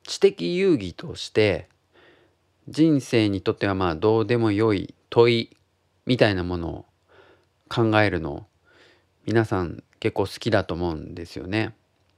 知的遊戯として人生にとってはどうでもよい問いみたいなものを考えるの皆さん結構好きだと思うんですよね。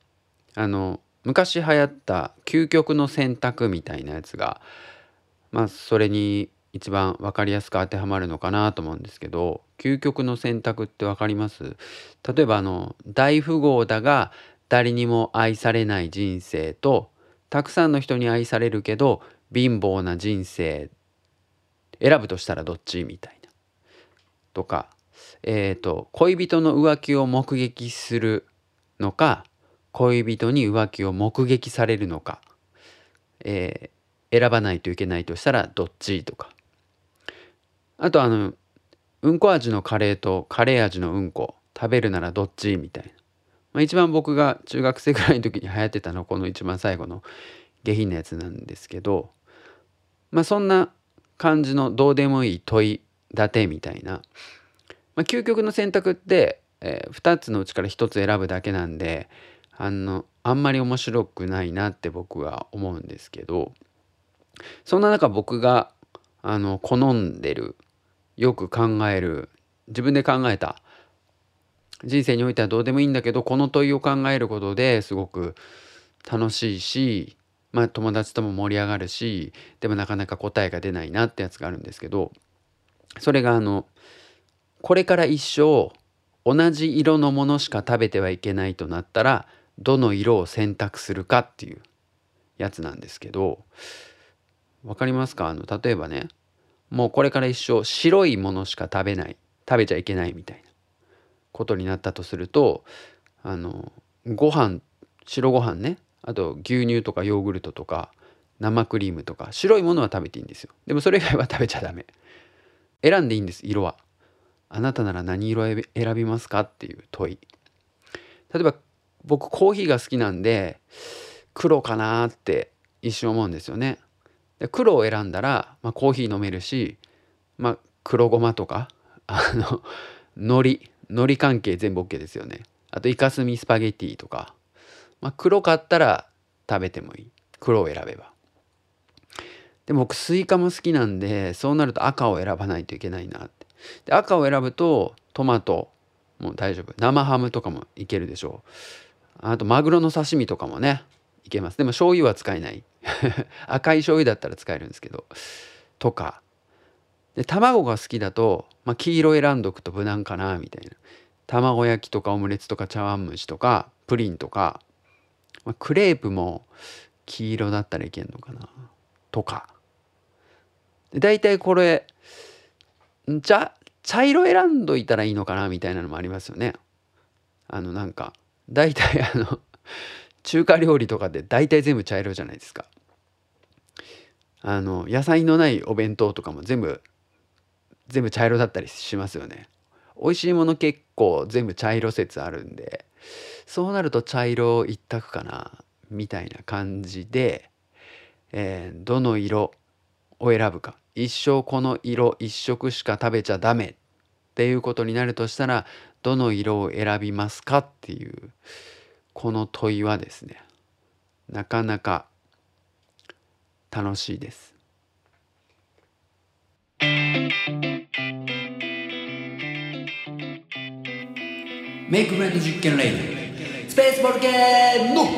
昔流行った究極の選択みたいなやつがそれに一番分かりやすく当てはまるのかなと思うんですけど、究極の選択って分かります？例えば大富豪だが誰にも愛されない人生と、たくさんの人に愛されるけど貧乏な人生選ぶとしたらどっちみたいなとか、恋人の浮気を目撃するのか恋人に浮気を目撃されるのか、選ばないといけないとしたらどっちとか、あとうんこ味のカレーとカレー味のうんこ食べるならどっちみたいな、一番僕が中学生ぐらいの時に流行ってたのはこの一番最後の下品なやつなんですけど、そんな感じのどうでもいい問い立てみたいな、究極の選択って、2つのうちから1つ選ぶだけなんであんまり面白くないなって僕は思うんですけど、そんな中僕が好んでる、よく考える、自分で考えた、人生においてはどうでもいいんだけどこの問いを考えることですごく楽しいし、友達とも盛り上がるし、でもなかなか答えが出ないなってやつがあるんですけど、それがこれから一生同じ色のものしか食べてはいけないとなったらどの色を選択するかっていうやつなんですけど、わかりますか？例えばね、もうこれから一生白いものしか食べちゃいけないみたいなことになったとすると、白ご飯ね、あと牛乳とかヨーグルトとか生クリームとか白いものは食べていいんですよ。でもそれ以外は食べちゃダメ。選んでいいんです、色は。あなたなら何色を選びますかっていう問い。例えば僕コーヒーが好きなんで黒かなって一瞬思うんですよね。で黒を選んだら、コーヒー飲めるし、黒ごまとか海苔関係全部 OK ですよね。あとイカスミスパゲッティとか、黒かったら食べてもいい、黒を選べば。でも僕スイカも好きなんでそうなると赤を選ばないといけないなって。で赤を選ぶとトマトも大丈夫、生ハムとかもいけるでしょう。あとマグロの刺身とかもねいけます。でも醤油は使えない赤い醤油だったら使えるんですけどとかで、卵が好きだと、黄色選んどくと無難かなみたいな。卵焼きとかオムレツとか茶碗蒸しとかプリンとか、クレープも黄色だったらいけんのかなとかで、大体これ茶色選んどいたらいいのかなみたいなのもありますよね。なんか大体中華料理とかで大体全部茶色じゃないですか。野菜のないお弁当とかも全部茶色だったりしますよね。美味しいもの結構全部茶色説あるんで、そうなると茶色一択かなみたいな感じで、どの色を選ぶか、一生この色一色しか食べちゃダメっていうことになるとしたらどの色を選びますかっていうこの問いはですね、なかなか楽しいです。メイクフレンド実験レイディスペースボール系の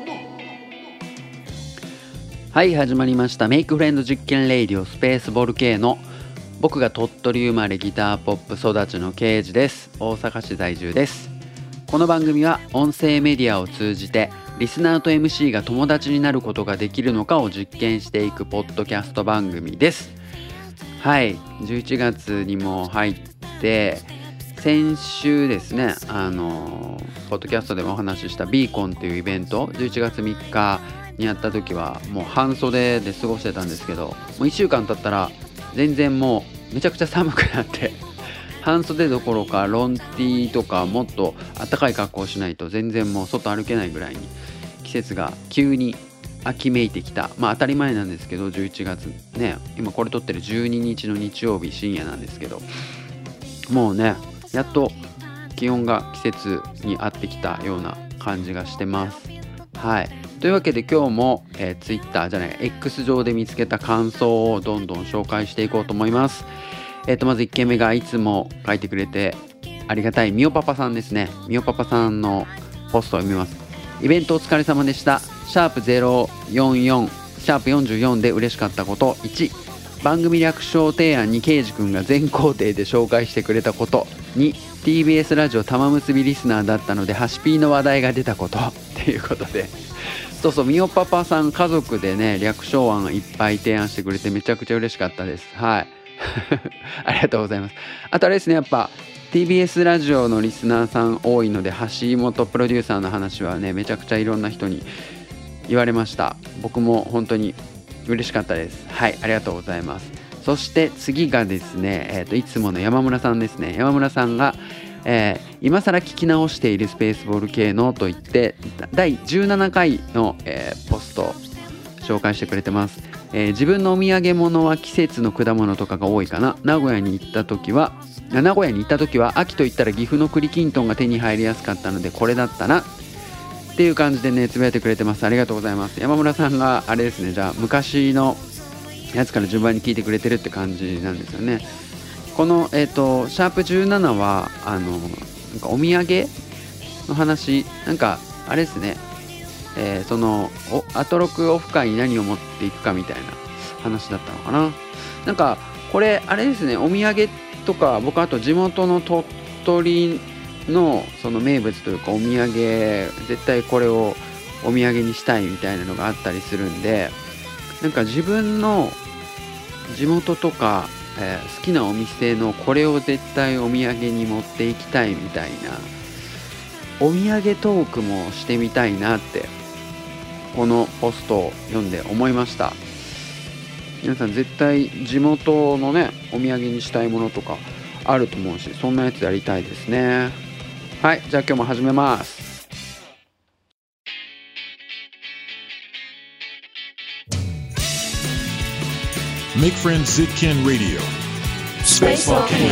はい始まりました。メイクフレンド実験レイディオスペースボール系の、僕が鳥取生まれギターポップ育ちのケイジです。大阪市在住です。この番組は音声メディアを通じてリスナーと MC が友達になることができるのかを実験していくポッドキャスト番組です。はい、11月にも入って先週ですね、ポッドキャストでもお話ししたビーコンっていうイベント11月3日にやった時はもう半袖で過ごしてたんですけど、もう1週間経ったら全然もうめちゃくちゃ寒くなって半袖どころかロンティーとかもっと暖かい格好をしないと全然もう外歩けないぐらいに季節が急に秋めいてきた。当たり前なんですけど11月ね、今これ撮ってる12日の日曜日深夜なんですけど、もうねやっと気温が季節に合ってきたような感じがしてます。はい。 というわけで今日も、Twitter じゃない X 上で見つけた感想をどんどん紹介していこうと思います。まず1件目がいつも書いてくれてありがたいみおパパさんですね。みおパパさんのポストを読みます。イベントお疲れ様でした。シャープ044シャープ44で嬉しかったこと。1、番組略称提案にケイジ君が全工程で紹介してくれたこと。2、TBS ラジオ玉結びリスナーだったのでハシピーの話題が出たことっていうことで、そうみおパパさん家族でね略称案いっぱい提案してくれてめちゃくちゃ嬉しかったです。はいありがとうございます。あとあれですね、やっぱ TBS ラジオのリスナーさん多いので橋本プロデューサーの話はねめちゃくちゃいろんな人に言われました。僕も本当に嬉しかったです。はい、ありがとうございます。そして次がですね、いつもの山村さんですね。山村さんが、今更聞き直しているスペースボール系のと言って第17回の、ポストを紹介してくれてます。自分のお土産物は季節の果物とかが多いかな。名古屋に行った時は秋といったら岐阜の栗きんとんが手に入りやすかったのでこれだったなっていう感じでねつぶやいてくれてます。ありがとうございます。山村さんがあれですね、じゃあ昔のやつから順番に聞いてくれてるって感じなんですよね。このシャープ17はなんかお土産の話、なんかあれですね、そのアトロクオフ会に何を持っていくかみたいな話だったのかな。なんかこれあれですね、お土産とか僕あと地元の鳥取のその名物というかお土産絶対これをお土産にしたいみたいなのがあったりするんで、なんか自分の地元とか、好きなお店のこれを絶対お土産に持っていきたいみたいなお土産トークもしてみたいなってこのポストを読んで思いました。皆さん絶対地元のねお土産にしたいものとかあると思うし、そんなやつやりたいですね。はい、じゃあ今日も始めます。 Make Friends Zitkin Radio Space Volcano。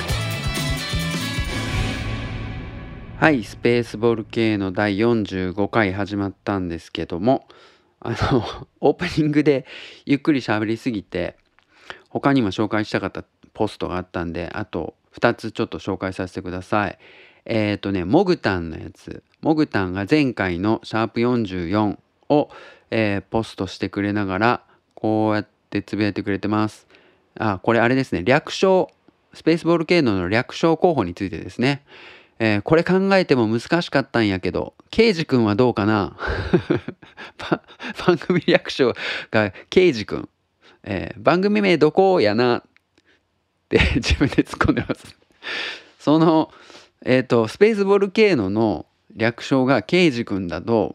はい、スペースボール系の第45回始まったんですけども、オープニングでゆっくり喋りすぎて他にも紹介したかったポストがあったんで、あと2つちょっと紹介させてください。モグタンのやつ、モグタンが前回のシャープ44を、ポストしてくれながらこうやってつぶやいてくれてます。これあれですね、略称スペースボール系の略称候補についてですね。これ考えても難しかったんやけどケイジ君はどうかな番組略称がケイジ君、番組名どこやなって自分で突っ込んでますそのスペースボール系の略称がケイジ君だと、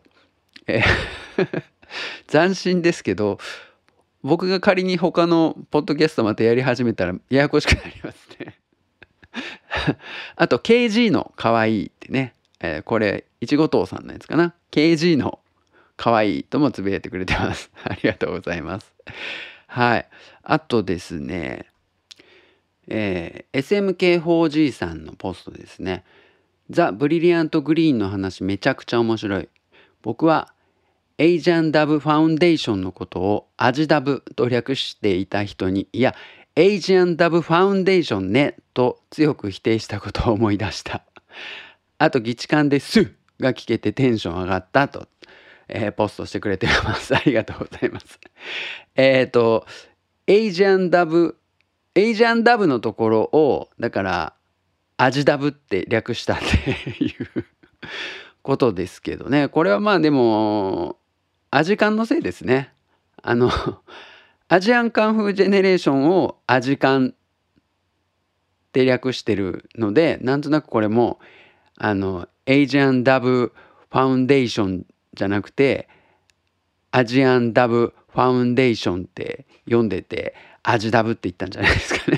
斬新ですけど僕が仮に他のポッドキャストまたやり始めたらややこしくなりますねあと KG の可愛いってね、これいちごとうさんのやつかな。 KG の可愛いともつぶやいてくれてますありがとうございます。はい、あとですね、SMK4G さんのポストですね。ザ・ブリリアント・グリーンの話めちゃくちゃ面白い。僕はエイジャンダブファウンデーションのことをアジダブと略していた人に、いやエイジアンダブファウンデーションねと強く否定したことを思い出した。あと議事館でスが聞けてテンション上がったと、ポストしてくれてます。ありがとうございます。エイジアンダブのところをだからアジダブって略したっていうことですけどね。これはまあでもアジカンのせいですね。アジアンカンフージェネレーションをアジカンって略してるので、なんとなくこれもエイジアンダブファウンデーションじゃなくてアジアンダブファウンデーションって読んでてアジダブって言ったんじゃないですかね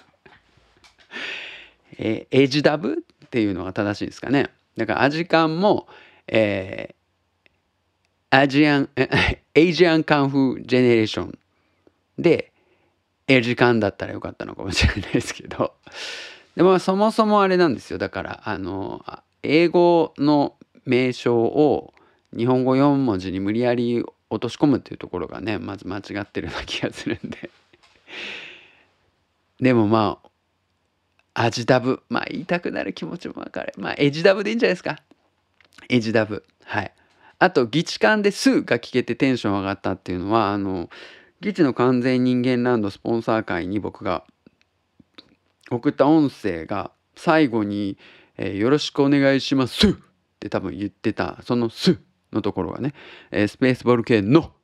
エイジダブっていうのが正しいですかね。だからアジカンも、エイジアンカンフージェネレーションでエイジカンだったらよかったのかもしれないですけど、でもそもそもあれなんですよ。だから英語の名称を日本語4文字に無理やり落とし込むっていうところがねまず間違ってるような気がするんででもまあアジダブ言いたくなる気持ちも分かる。エジダブでいいんじゃないですか。エジダブ。はい。あとギチカンでスーが聞けてテンション上がったっていうのはギチの完全人間ランドスポンサー会に僕が送った音声が最後に、よろしくお願いしますって多分言ってたそのスのところがね、スペースボール系の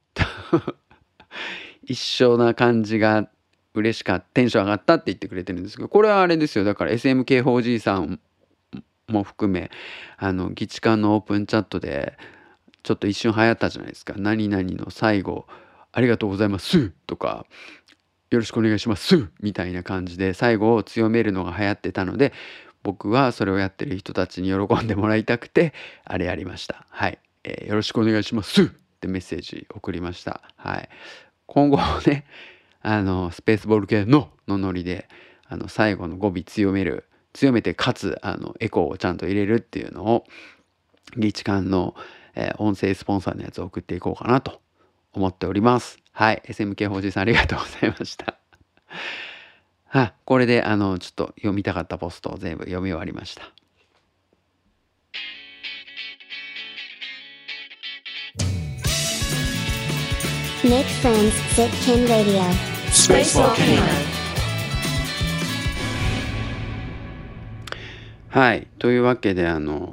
一緒な感じが嬉しかった、テンション上がったって言ってくれてるんですけど、これはあれですよ。だから SMK4G さんも含めギチカンのオープンチャットでちょっと一瞬流行ったじゃないですか。何々の最後ありがとうございますとかよろしくお願いしますみたいな感じで最後を強めるのが流行ってたので、僕はそれをやってる人たちに喜んでもらいたくてあれやりました。はい、よろしくお願いしますってメッセージ送りました。はい、今後もねスペースボール系のノリで最後の語尾強めてかつエコーをちゃんと入れるっていうのをギチカンの、音声スポンサーのやつを送っていこうかなと思っております。はい、SMK4G さんありがとうございました。これでちょっと読みたかったポストを全部読み終わりました。 Make friends, Zipkin Radio. Space Volcano. はい、というわけで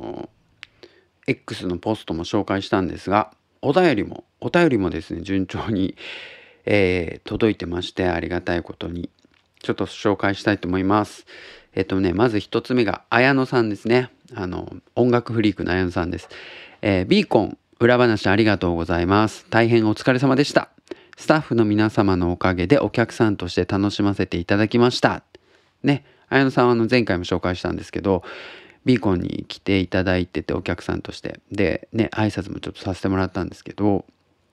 X のポストも紹介したんですが、お便りもですね順調に、届いてまして、ありがたいことにちょっと紹介したいと思います。まず一つ目が綾野さんですね。音楽フリークの綾野さんです。ビーコン裏話ありがとうございます。大変お疲れ様でした。スタッフの皆様のおかげでお客さんとして楽しませていただきましたね。綾野さんは前回も紹介したんですけど、ビーコンに来ていただいてて、お客さんとしてでね挨拶もちょっとさせてもらったんですけど、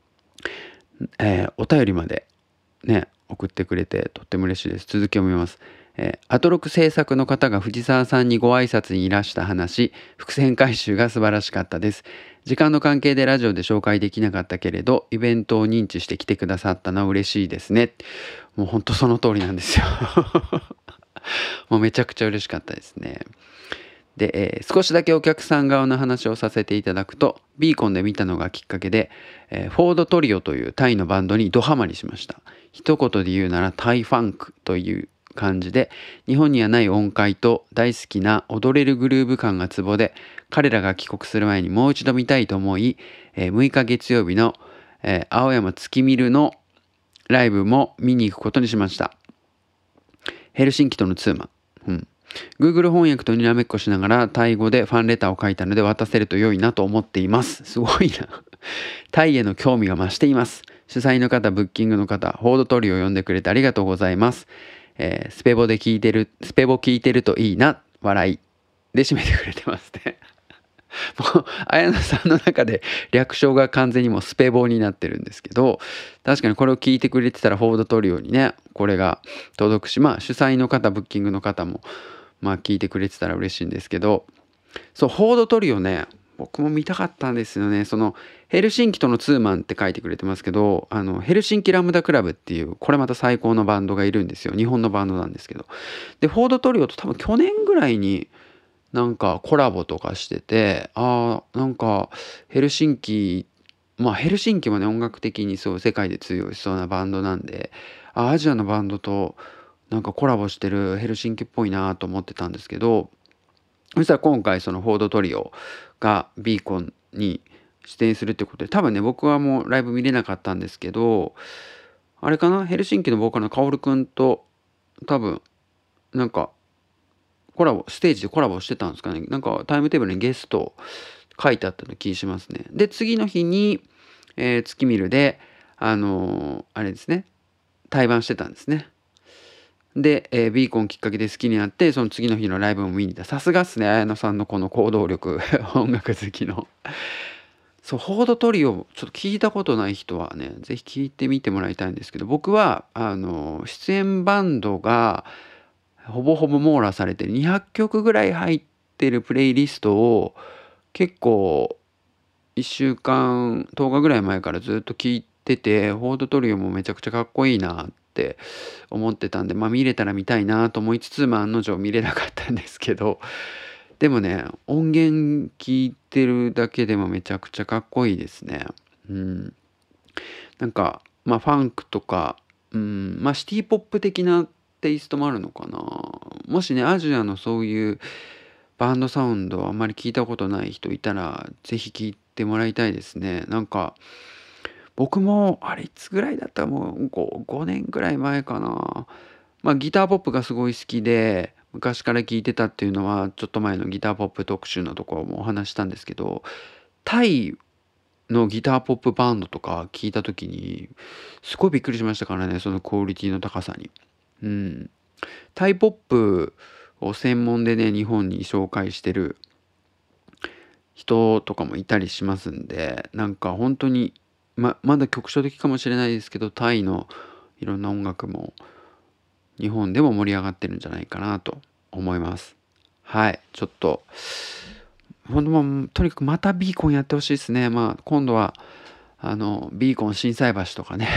お便りまでね送ってくれてとっても嬉しいです。続きを読みます。アトロク制作の方が藤沢さんにご挨拶にいらした話、伏線回収が素晴らしかったです。時間の関係でラジオで紹介できなかったけれどイベントを認知して来てくださったのは嬉しいですね。もう本当その通りなんですよもうめちゃくちゃ嬉しかったですね。で、少しだけお客さん側の話をさせていただくと、ビーコンで見たのがきっかけで、フォードトリオというタイのバンドにドハマりしました。一言で言うならタイファンクという感じで、日本にはない音階と大好きな踊れるグルーヴ感がツボで、彼らが帰国する前にもう一度見たいと思い、6日月曜日の、青山月見るのライブも見に行くことにしました。ヘルシンキとのツーマン。Google 翻訳とにらめっこしながらタイ語でファンレターを書いたので渡せると良いなと思っています。すごいなタイへの興味が増しています。主催の方、ブッキングの方、フォードトリオを呼んでくれてありがとうございます。スペボ聞いてるといいな、笑いで締めてくれてますねもう綾野さんの中で略称が完全にもうスペボになってるんですけど、確かにこれを聞いてくれてたらフォードトリオにねこれが届くし、主催の方、ブッキングの方も聞いてくれてたら嬉しいんですけど、そうフォードトリオね僕も見たかったんですよね。そのヘルシンキとのツーマンって書いてくれてますけど、ヘルシンキラムダクラブっていうこれまた最高のバンドがいるんですよ。日本のバンドなんですけど、でフォードトリオと多分去年ぐらいになんかコラボとかしてて、なんかヘルシンキヘルシンキもね音楽的にそう世界で通用しそうなバンドなんで、アジアのバンドとなんかコラボしてるヘルシンキっぽいなと思ってたんですけど、そしたら今回そのフォードトリオがビーコンに出演するってことで、多分ね僕はもうライブ見れなかったんですけど、あれかな、ヘルシンキのボーカルのカオルくんと多分なんかステージでコラボしてたんですかね。なんかタイムテーブルにゲスト書いてあったの気しますね。で次の日に、月見るであれですね対バンしてたんですね。で、ビーコンきっかけで好きになって、その次の日のライブも見に行った。さすがっすね、綾野さんのこの行動力音楽好きのそうフォードトリオちょっと聞いたことない人はねぜひ聞いてみてもらいたいんですけど、僕は出演バンドがほぼほぼ網羅されてる200曲ぐらい入ってるプレイリストを結構 1週間10日ぐらい前からずっと聞いてて、フォードトリオもめちゃくちゃかっこいいなって思ってたんで、見れたら見たいなと思いつつ、案の定見れなかったんですけど、でもね、音源聞いてるだけでもめちゃくちゃかっこいいですね。なんかファンクとか、シティポップ的なテイストもあるのかな。もしね、アジアのそういうバンドサウンドをあんまり聞いたことない人いたら、ぜひ聞いてもらいたいですね。なんか僕もあれいつぐらいだったらもう 5年ぐらい前かな。ギターポップがすごい好きで昔から聞いてたっていうのは、ちょっと前のギターポップ特集のところもお話したんですけど、タイのギターポップバンドとか聞いた時にすごいびっくりしましたからね、そのクオリティの高さに。タイポップを専門でね、日本に紹介してる人とかもいたりしますんで、なんか本当にまだ局所的かもしれないですけど、タイのいろんな音楽も日本でも盛り上がってるんじゃないかなと思います。はい、ちょっと本当もうとにかくまたビーコンやってほしいですね。今度はビーコン心斎橋とかね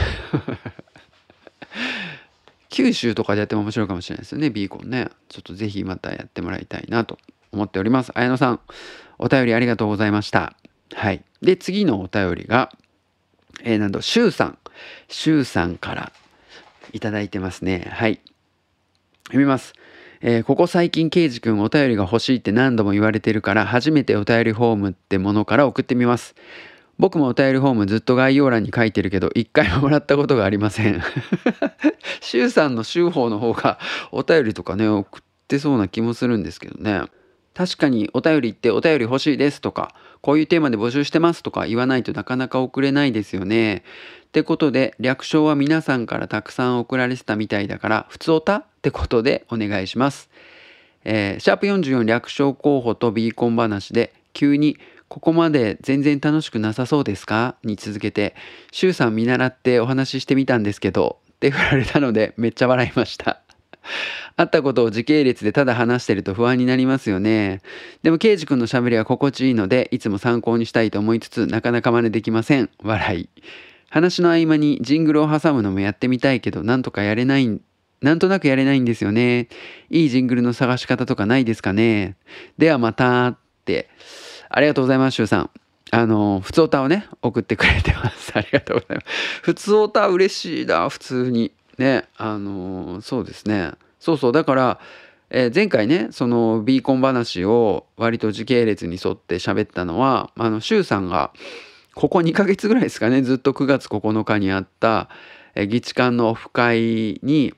九州とかでやっても面白いかもしれないですよね、ビーコンね。ちょっとぜひまたやってもらいたいなと思っております。綾野さん、お便りありがとうございました。はい。で、次のお便りが、なんと、シュウさんからいただいてますね。はい。読みます。ここ最近、ケイジ君お便りが欲しいって何度も言われてるから、初めてお便りフォームってものから送ってみます。僕もお便りフォームずっと概要欄に書いてるけど、一回ももらったことがありません。シュウさんのシュウ法の方がお便りとかね、送ってそうな気もするんですけどね。確かにお便りってお便り欲しいですとか、こういうテーマで募集してますとか言わないとなかなか送れないですよね。ってことで、略称は皆さんからたくさん送られてたみたいだから、普通おたってことでお願いします。シャープ44略称候補とビーコン話で、急にここまで全然楽しくなさそうですかに続けて、シュウさん見習ってお話ししてみたんですけど、って振られたのでめっちゃ笑いました。あったことを時系列でただ話してると不安になりますよね。でもケイジ君の喋りは心地いいので、いつも参考にしたいと思いつつ、なかなか真似できません。笑い。話の合間にジングルを挟むのもやってみたいけど、なんとなくやれないんですよね。いいジングルの探し方とかないですかね。ではまたって。ありがとうございます、シュウさん。普通歌をね、送ってくれてます。ありがとうございます。普通歌嬉しいな、普通に。ね、そうですね。そう、だから、前回ね、そのビーコン話を割と時系列に沿って喋ったのは、シュウさんが、ここ2ヶ月ぐらいですかね、ずっと9月9日にあった、議事館のオフ会に、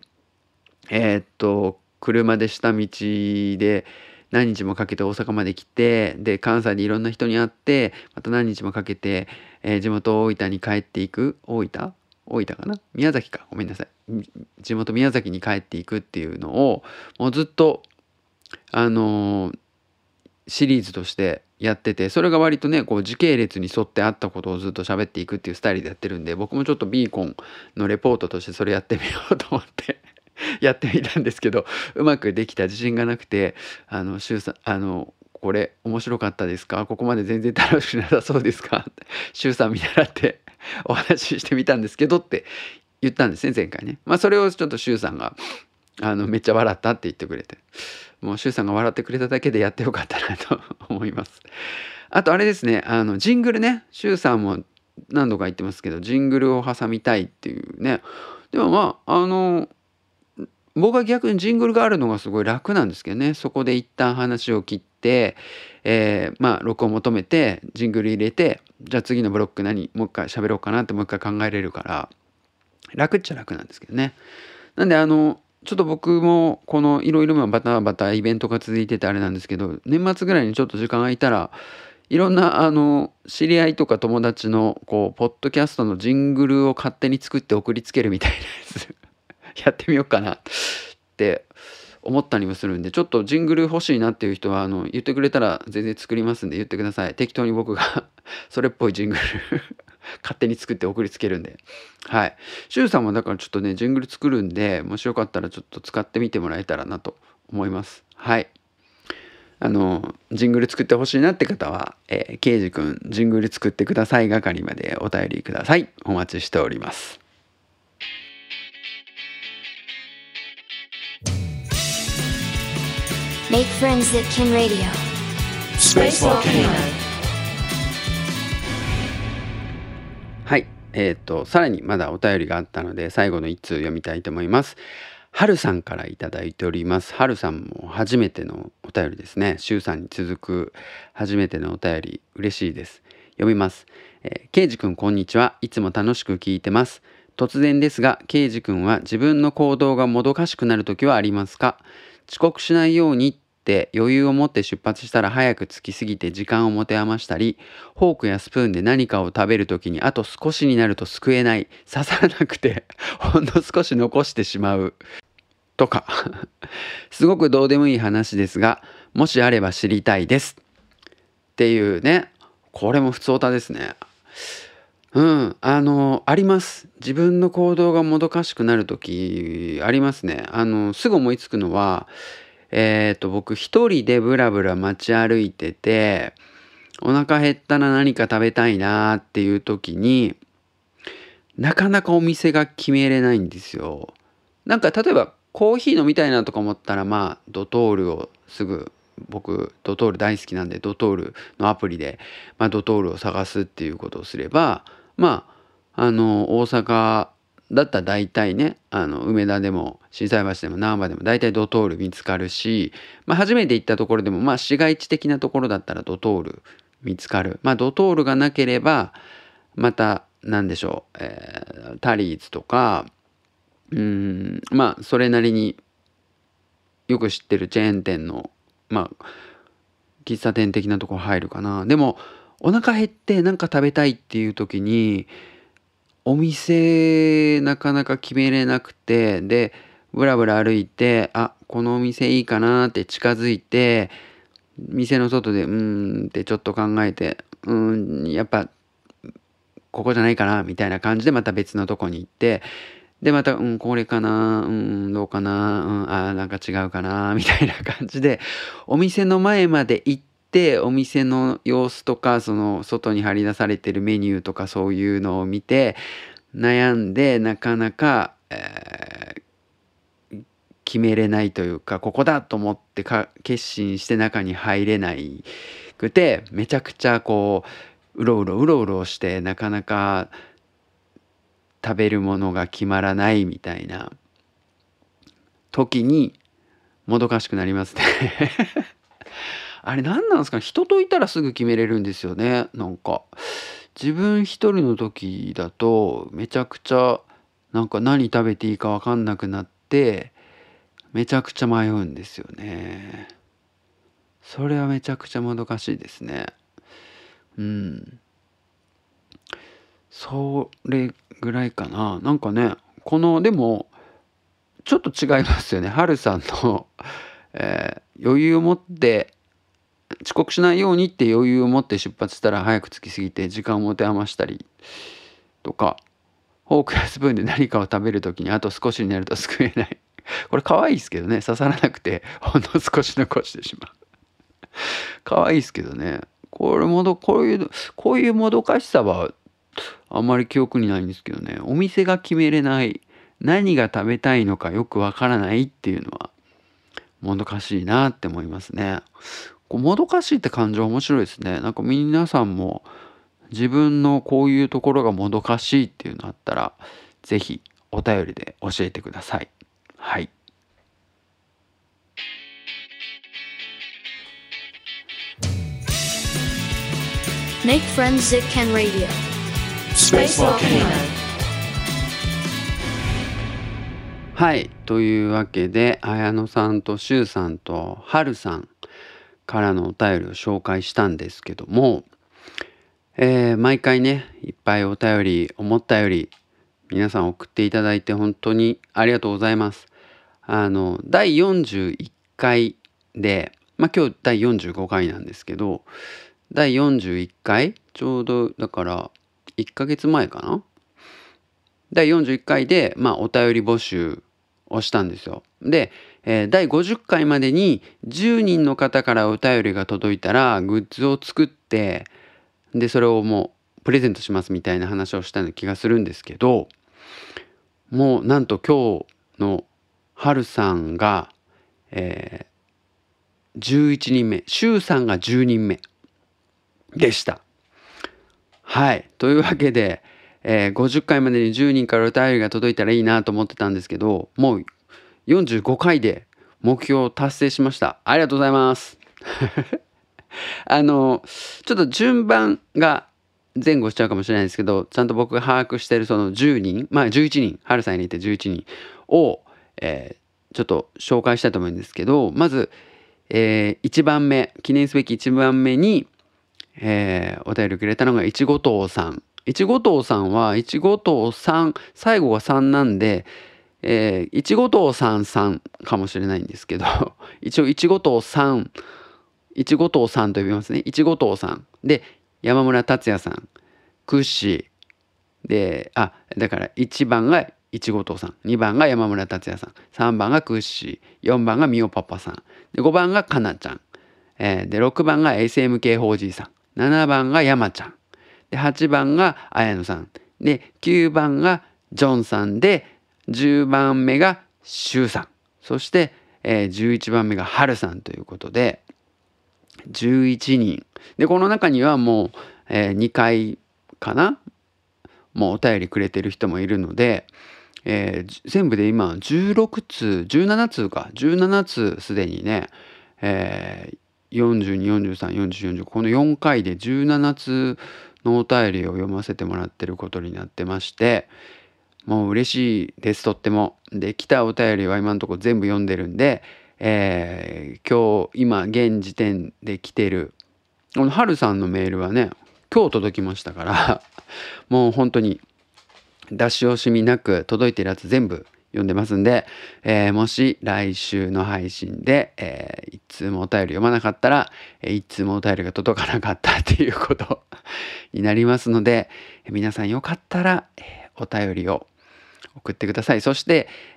車で下道で何日もかけて大阪まで来て、で関西でいろんな人に会って、また何日もかけて、地元大分に帰っていく。大分かな、宮崎か、ごめんなさい。地元宮崎に帰っていくっていうのをもうずっとシリーズとしてやってて、それが割とねこう時系列に沿ってあったことをずっと喋っていくっていうスタイルでやってるんで、僕もちょっとビーコンのレポートとしてそれやってみようと思ってやってみたんですけど、うまくできた自信がなくて、シュウさんこれ面白かったですか、ここまで全然楽しくなさそうですか、シュウさん見習ってお話ししてみたんですけどって言ったんですね、前回ね。それをちょっとシュウさんがめっちゃ笑ったって言ってくれて、もうシュウさんが笑ってくれただけでやってよかったなと思います。あとあれですね、ジングルね、シュウさんも何度か言ってますけど、ジングルを挟みたいっていうね。でも僕は逆にジングルがあるのがすごい楽なんですけどね。そこで一旦話を切って、録音を求めてジングル入れて、じゃあ次のブロックもう一回喋ろうかなってもう一回考えれるから楽っちゃ楽なんですけどね。なんでちょっと僕もこのいろいろバタバタイベントが続いててあれなんですけど、年末ぐらいにちょっと時間空いたらいろんな知り合いとか友達のこうポッドキャストのジングルを勝手に作って送りつけるみたいなやつやってみようかなって思ったりもするんで、ちょっとジングル欲しいなっていう人は言ってくれたら全然作りますんで言ってください。適当に僕がそれっぽいジングル勝手に作って送りつけるんで。はい。シュウさんもだからちょっとねジングル作るんで、もしよかったらちょっと使ってみてもらえたらなと思います。はい。 ジングル作ってほしいなって方は、ケイジ君ジングル作ってください係までお便りください。お待ちしております。 Make friends that can radio. Space Volcano. はい、さらにまだお便りがあったので最後の1通読みたいと思います。はるさんからいただいております。はるさんも初めてのお便りですね。しゅうさんに続く初めてのお便り、嬉しいです。読みます。ケイジくんこんにちは。いつも楽しく聞いてます。突然ですが、ケイジくんは自分の行動がもどかしくなるときはありますか？遅刻しないようにって余裕を持って出発したら早く着きすぎて時間を持て余したり、フォークやスプーンで何かを食べるときにあと少しになるとすくえない、刺さらなくてほんの少し残してしまうとかすごくどうでもいい話ですが、もしあれば知りたいですっていうね。これも普通オタですね。あります。自分の行動がもどかしくなるときありますね。すぐ思いつくのは、僕一人でブラブラ街歩いてて、お腹減ったら何か食べたいなっていう時に、なかなかお店が決めれないんですよ。なんか例えばコーヒー飲みたいなとか思ったら、ドトールをすぐ、僕ドトール大好きなんでドトールのアプリで、ドトールを探すっていうことをすれば、大阪だったら大体ね、梅田でも心斎橋でも難波でも大体ドトール見つかるし、初めて行ったところでも市街地的なところだったらドトール見つかる。ドトールがなければまた何でしょう、タリーズとか、それなりによく知ってるチェーン店の喫茶店的なところ入るかな。でもお腹減って何か食べたいっていう時にお店なかなか決めれなくて、でブラブラ歩いて、このお店いいかなって近づいて、店の外でってちょっと考えて、やっぱここじゃないかなみたいな感じでまた別のとこに行って、でまたこれかな、どうかな、なんか違うかなみたいな感じでお店の前まで行って、お店の様子とかその外に張り出されてるメニューとかそういうのを見て悩んで、なかなか、決めれないというか、ここだと思って決心して中に入れないくて、めちゃくちゃこううろうろしてなかなか食べるものが決まらないみたいな時にもどかしくなりますねあれ何なんですかね。人といたらすぐ決めれるんですよね。なんか自分一人の時だとめちゃくちゃなんか何食べていいか分かんなくなってめちゃくちゃ迷うんですよね。それはめちゃくちゃもどかしいですね。それぐらいかな。なんかね、でもちょっと違いますよね。はるさんの、余裕を持って遅刻しないようにって余裕を持って出発したら早く着きすぎて時間を持て余したりとか、フォークやスプーンで何かを食べる時にあと少しになるとすくえないこれ可愛いですけどね。刺さらなくてほんの少し残してしまう可愛いですけどね。こういうもどかしさはあんまり記憶にないんですけどね。お店が決めれない、何が食べたいのかよくわからないっていうのはもどかしいなって思いますね。もどかしいって感情面白いですね。なんか皆さんも自分のこういうところがもどかしいっていうのあったらぜひお便りで教えてください。はい。 Make friends that can radio. Space Volcano. はい。というわけで、綾野さんとしゅうさんとはるさんからのお便りを紹介したんですけども、毎回ね、いっぱいお便り、思ったより皆さん送っていただいて本当にありがとうございます。第41回で、今日第45回なんですけど、第41回、ちょうどだから1ヶ月前かな。第41回で、お便り募集をしたんですよ。で、第50回までに10人の方からお便りが届いたらグッズを作って、でそれをもうプレゼントしますみたいな話をしたような気がするんですけど、もうなんと今日の春さんが、11人目、シュウさんが10人目でした。はい。というわけで、50回までに10人からお便りが届いたらいいなと思ってたんですけど、もう45回で目標を達成しました。ありがとうございます。ちょっと順番が前後しちゃうかもしれないですけど、ちゃんと僕が把握しているその10人、まあ11人、春さんに入れて11人を、ちょっと紹介したいと思うんですけど、まず、1番目、記念すべき1番目に、お便りくれたのがいちごとうさん。いちごとうさんは、いちごとうさん、最後が3なんで、いちごとうさんさんかもしれないんですけど、一応いちごとうさん、いちごとうさんと呼びますね。いちごとうさん。で、山村達也さん、クッシー。で、だから1番がいちごとうさん、2番が山村達也さん、3番がクッシー、4番がみおパパさん、で5番がかなちゃん、で6番が SMK4G さん、7番が山ちゃん、で8番が綾野さん、で9番がジョンさんで、10番目がシュウさん、そして、11番目がハルさんということで11人で、この中にはもう、2回かな、もうお便りくれてる人もいるので、全部で今16通17通か17通すでにね、42434045この4回で17通のお便りを読ませてもらってることになってまして、もう嬉しいです。とっても。で、来たお便りは今のところ全部読んでるんで、今日今現時点で来てるこの春さんのメールはね、今日届きましたからもう本当に出し惜しみなく届いてるやつ全部読んでますんで、もし来週の配信で、一通もお便り読まなかったら、一通もお便りが届かなかったっていうことになりますので、皆さんよかったら、お便りを送ってください。そして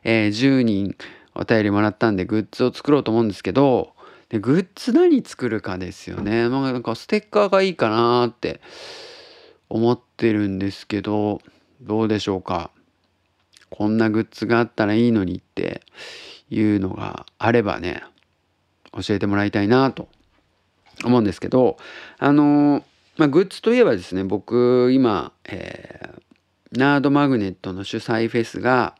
、10人お便りもらったんでグッズを作ろうと思うんですけど、でグッズ何作るかですよね。なんかステッカーがいいかなって思ってるんですけど、どうでしょうか。こんなグッズがあったらいいのにっていうのがあればね、教えてもらいたいなと思うんですけど、グッズといえばですね、僕今、ナードマグネットの主催フェスが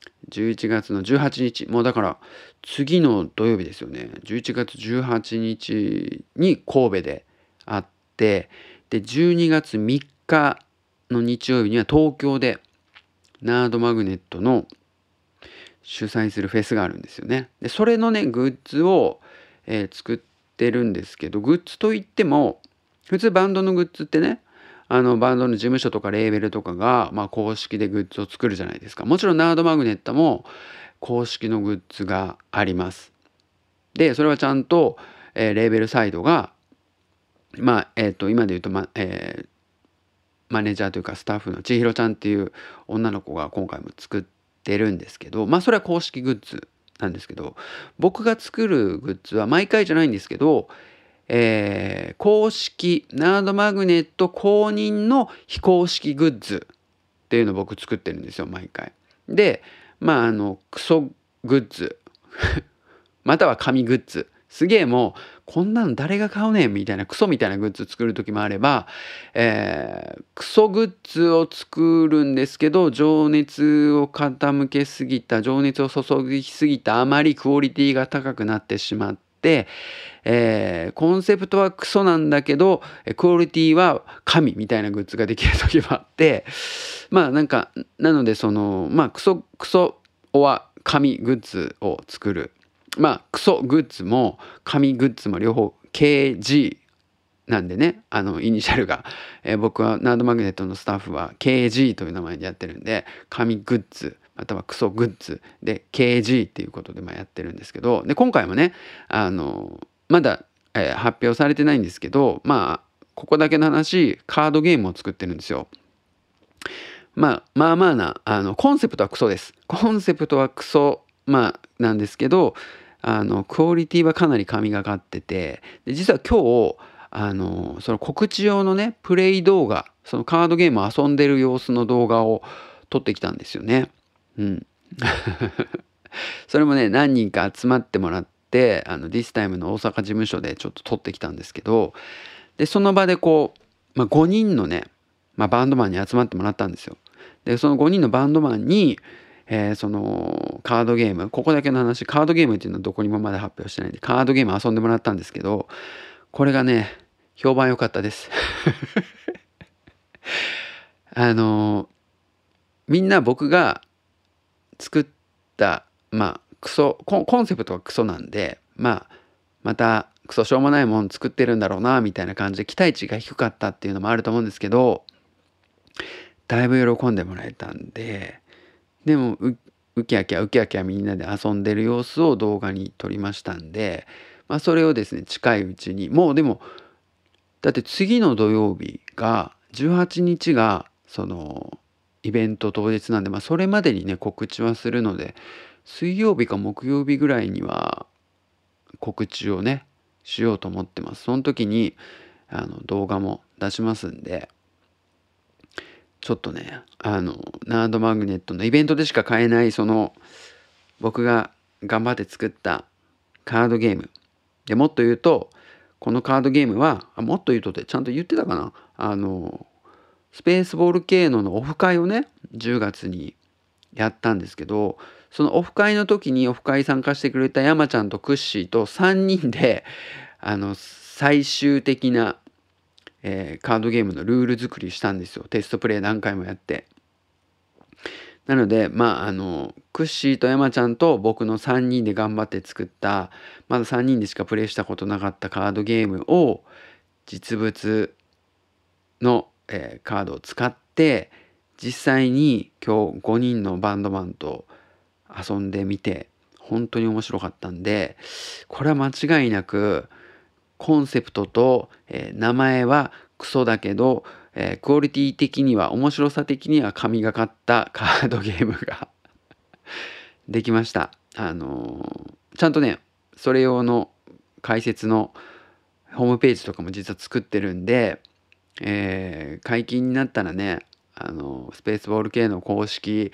11月の18日、もうだから次の土曜日ですよね。11月18日に神戸であって、で12月3日の日曜日には東京でナードマグネットの主催するフェスがあるんですよね。でそれのねグッズを、作ってるんですけど、グッズといっても普通バンドのグッズってね、バンドの事務所とかレーベルとかが、公式でグッズを作るじゃないですか。もちろんナードマグネットも公式のグッズがあります。でそれはちゃんと、レーベルサイドが今で言うとマネージャーというかスタッフの千尋ちゃんっていう女の子が今回も作ってるんですけど、それは公式グッズなんですけど、僕が作るグッズは毎回じゃないんですけど、公式ナードマグネット公認の非公式グッズっていうのを僕作ってるんですよ、毎回。でクソグッズまたは紙グッズ、すげえもうこんなの誰が買うねんみたいなクソみたいなグッズ作る時もあれば、クソグッズを作るんですけど情熱を傾けすぎた、情熱を注ぎすぎたあまりクオリティが高くなってしまって、コンセプトはクソなんだけどクオリティは神みたいなグッズができる時もあって、なのでそのクソは神グッズを作る、クソグッズも紙グッズも両方 KG なんでね、イニシャルが、僕はナードマグネットのスタッフは KG という名前でやってるんで、紙グッズまたはクソグッズで KG っていうことでやってるんですけど、で今回もねまだ、発表されてないんですけど、ここだけの話カードゲームを作ってるんですよ。コンセプトはクソです。コンセプトはクソなんですけど、クオリティはかなり神がかってて、で実は今日その告知用のねプレイ動画、そのカードゲームを遊んでる様子の動画を撮ってきたんですよね。それもね何人か集まってもらってThis Timeの大阪事務所でちょっと撮ってきたんですけど、でその場でこう、5人のね、バンドマンに集まってもらったんですよ。でその5人のバンドマンに、そのカードゲーム、ここだけの話、カードゲームっていうのはどこにもまだ発表してないんでカードゲーム遊んでもらったんですけど、これがね評判良かったですみんな僕が作ったコンセプトがクソなんで、またクソしょうもないもん作ってるんだろうなみたいな感じで期待値が低かったっていうのもあると思うんですけど、だいぶ喜んでもらえたんで、でもウキャキャみんなで遊んでる様子を動画に撮りましたんで、それをですね近いうちに、もうでもだって次の土曜日が18日がそのイベント当日なんで、それまでにね告知はするので、水曜日か木曜日ぐらいには告知をねしようと思ってます。その時に動画も出しますんで、ちょっとねナードマグネットのイベントでしか買えないその僕が頑張って作ったカードゲームで、もっと言うとこのカードゲームはもっと言うとってちゃんと言ってたかな、スペースボール系のオフ会をね10月にやったんですけど、そのオフ会の時にオフ会参加してくれた山ちゃんとクッシーと3人で最終的な、カードゲームのルール作りしたんですよ。テストプレイ何回もやって。なのでクッシーと山ちゃんと僕の3人で頑張って作ったまだ3人でしかプレイしたことなかったカードゲームを実物の、カードを使って実際に今日5人のバンドマンと遊んでみて本当に面白かったんで、これは間違いなくコンセプトと、名前はクソだけど、クオリティ的には面白さ的には神がかったカードゲームができました。ちゃんとねそれ用の解説のホームページとかも実は作ってるんで、解禁になったらねスペースボール系の公式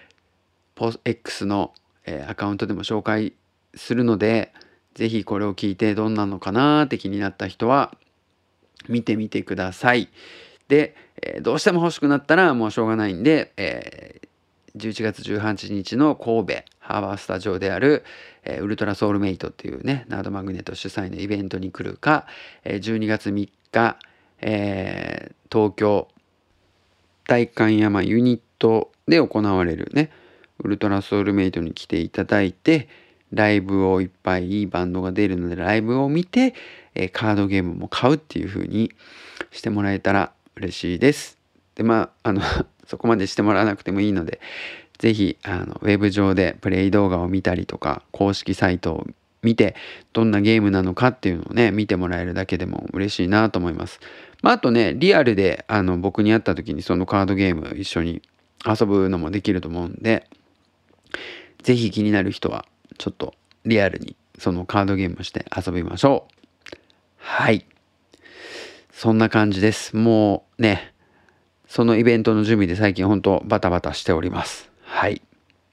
X の、アカウントでも紹介するので、ぜひこれを聞いてどんなのかなって気になった人は見てみてください。で、どうしても欲しくなったらもうしょうがないんで、11月18日の神戸ハーバースタジオである、ウルトラソウルメイトっていうねナードマグネット主催のイベントに来るか、12月3日、東京代官山ユニットで行われるねウルトラソウルメイトに来ていただいて、ライブをいっぱいいいバンドが出るのでライブを見て、カードゲームも買うっていう風にしてもらえたら嬉しいです。でそこまでしてもらわなくてもいいので、ぜひウェブ上でプレイ動画を見たりとか公式サイトを見てどんなゲームなのかっていうのをね見てもらえるだけでも嬉しいなと思います。あとねリアルで僕に会った時にそのカードゲーム一緒に遊ぶのもできると思うんで、ぜひ気になる人はちょっとリアルにそのカードゲームをして遊びましょう。はい、そんな感じです。もうねそのイベントの準備で最近本当バタバタしております。はい。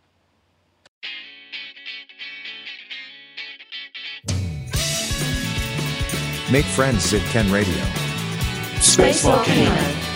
Make friends at Ken Radio. Space Volcano.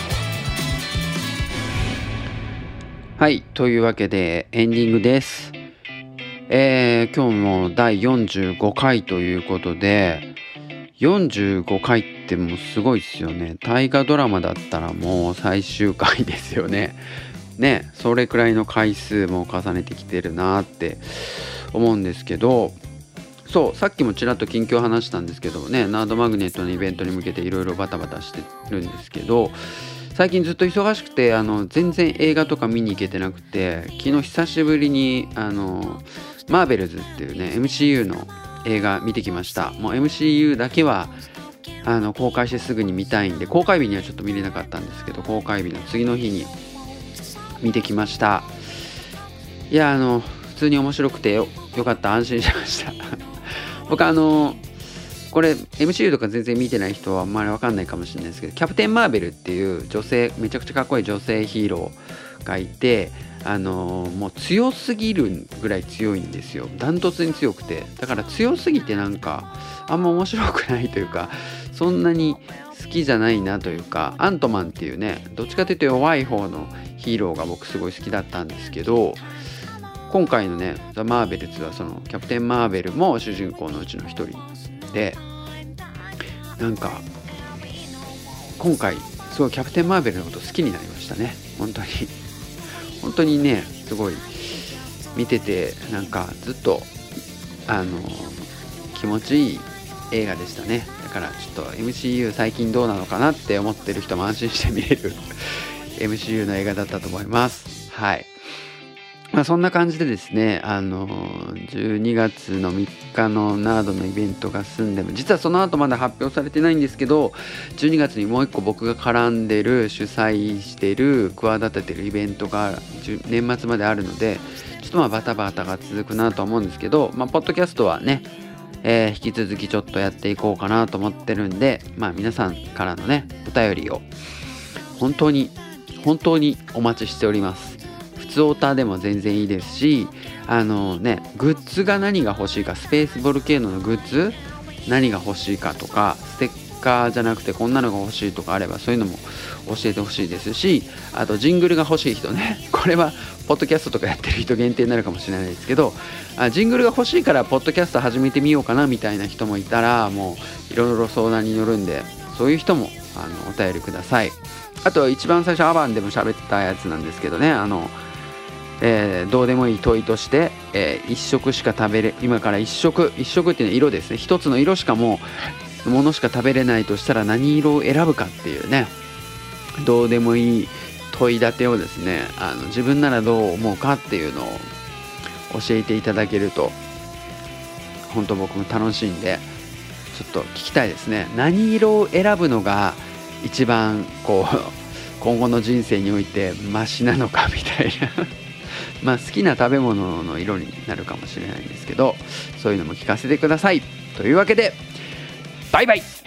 はい、というわけでエンディングです。今日も第45回ということで、45回ってもうすごいですよね。大河ドラマだったらもう最終回ですよね。ね、それくらいの回数も重ねてきてるなって思うんですけど、そうさっきもちらっと近況話したんですけどね、ナードマグネットのイベントに向けていろいろバタバタしてるんですけど、最近ずっと忙しくて全然映画とか見に行けてなくて、昨日久しぶりにマーベルズっていうね MCU の映画見てきました。もう MCU だけは公開してすぐに見たいんで、公開日にはちょっと見れなかったんですけど、公開日の次の日に見てきました。いや普通に面白くてよかった、安心しました僕これ MCU とか全然見てない人はあんまり分かんないかもしれないですけど、キャプテン・マーベルっていう女性、めちゃくちゃかっこいい女性ヒーローがいて、もう強すぎるぐらい強いんですよ。ダントツに強くて、だから強すぎてなんかあんま面白くないというか、そんなに好きじゃないなというか、アントマンっていうね、どっちかというと弱い方のヒーローが僕すごい好きだったんですけど、今回のねザ・マーベルズはそのキャプテン・マーベルも主人公のうちの一人で、なんか今回すごいキャプテン・マーベルのこと好きになりましたね。本当にね、すごい見ててなんかずっと気持ちいい映画でしたね。だからちょっと MCU 最近どうなのかなって思ってる人も安心して見れるMCU の映画だったと思います。はい。そんな感じでですね、12月の3日のナードのイベントが済んでも、実はその後まだ発表されてないんですけど、12月にもう一個僕が絡んでる、主催してる、企ててるイベントが年末まであるので、ちょっとバタバタが続くなと思うんですけど、ポッドキャストはね、引き続きちょっとやっていこうかなと思ってるんで、皆さんからのねお便りを本当にお待ちしております。普通オタでも全然いいですし、グッズが何が欲しいか、スペースボルケーノのグッズ何が欲しいかとか、ステッカーじゃなくてこんなのが欲しいとかあれば、そういうのも教えてほしいですし、あとジングルが欲しい人ね、これはポッドキャストとかやってる人限定になるかもしれないですけど、ジングルが欲しいからポッドキャスト始めてみようかなみたいな人もいたら、もういろいろ相談に乗るんで、そういう人もお便りください。あと一番最初アバンでも喋ったやつなんですけどね、どうでもいい問いとして、1食しか食べれ、今から1食っていうのは色ですね、一つの色しかものしか食べれないとしたら何色を選ぶかっていうね、どうでもいい問い立てをですね、自分ならどう思うかっていうのを教えていただけると本当僕も楽しいんで、ちょっと聞きたいですね。何色を選ぶのが一番今後の人生においてマシなのかみたいな好きな食べ物の色になるかもしれないんですけど、そういうのも聞かせてください。というわけでバイバイ。